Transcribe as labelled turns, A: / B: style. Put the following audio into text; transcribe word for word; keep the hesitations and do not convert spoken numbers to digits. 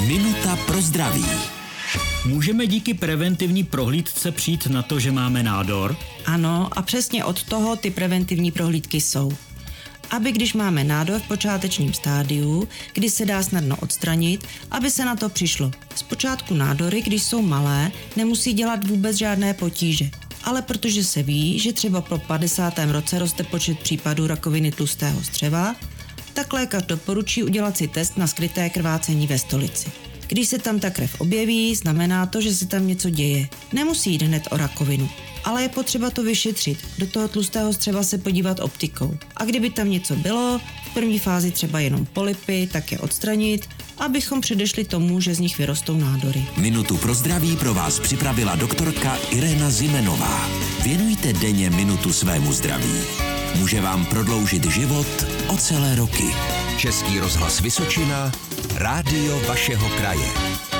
A: Minuta pro zdraví.
B: Můžeme díky preventivní prohlídce přijít na to, že máme nádor?
C: Ano, a přesně od toho ty preventivní prohlídky jsou. Aby když máme nádor v počátečním stádiu, kdy se dá snadno odstranit, aby se na to přišlo. Zpočátku nádory, když jsou malé, nemusí dělat vůbec žádné potíže. Ale protože se ví, že třeba po padesátém roce roste počet případů rakoviny tlustého střeva, tak lékař doporučí udělat si test na skryté krvácení ve stolici. Když se tam ta krev objeví, znamená to, že se tam něco děje. Nemusí jít hned o rakovinu, ale je potřeba to vyšetřit, do toho tlustého střeva se podívat optikou. A kdyby tam něco bylo, v první fázi třeba jenom polypy, tak je odstranit, abychom předešli tomu, že z nich vyrostou nádory.
A: Minutu pro zdraví pro vás připravila doktorka Irena Zimenová. Věnujte denně minutu svému zdraví. Může vám prodloužit život o celé roky. Český rozhlas Vysočina, rádio vašeho kraje.